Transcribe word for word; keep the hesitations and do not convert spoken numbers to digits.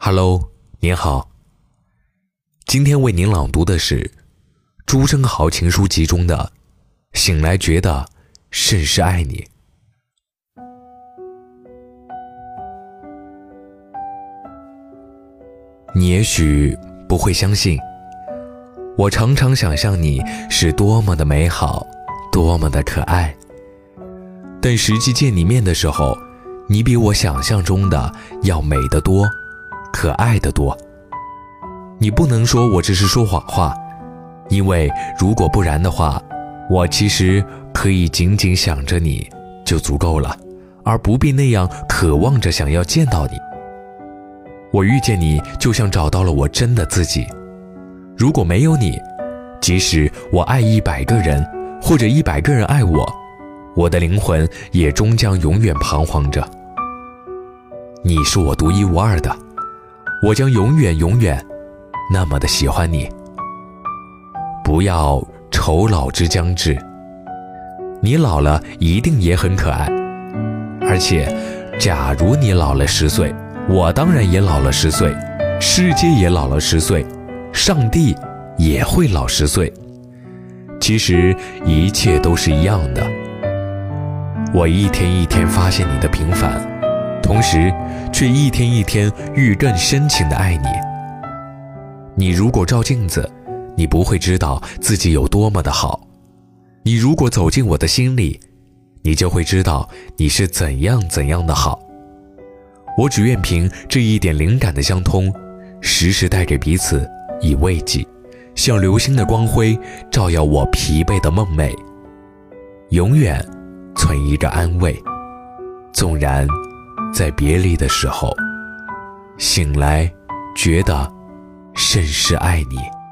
Hello， 您好。今天为您朗读的是朱生豪情书集中的《醒来觉得甚是爱你》。你也许不会相信，我常常想象你是多么的美好，多么的可爱。但实际见你面的时候，你比我想象中的要美得多，可爱得多。你不能说我这是说谎话，因为如果不然的话，我其实可以仅仅想着你就足够了，而不必那样渴望着想要见到你。我遇见你就像找到了我真的自己。如果没有你，即使我爱一百个人，或者一百个人爱我，我的灵魂也终将永远彷徨着。你是我独一无二的，我将永远永远那么的喜欢你。不要愁老之将至，你老了一定也很可爱。而且假如你老了十岁，我当然也老了十岁，世界也老了十岁，上帝也会老十岁。其实一切都是一样的。我一天一天发现你的平凡，同时却一天一天愈更深情地爱你。你如果照镜子，你不会知道自己有多么的好。你如果走进我的心里，你就会知道你是怎样怎样的好。我只愿凭这一点灵感的相通，时时带给彼此以慰藉，像流星的光辉照耀我疲惫的梦寐，永远存一个安慰。纵然在别离的时候，醒来觉得甚是爱你。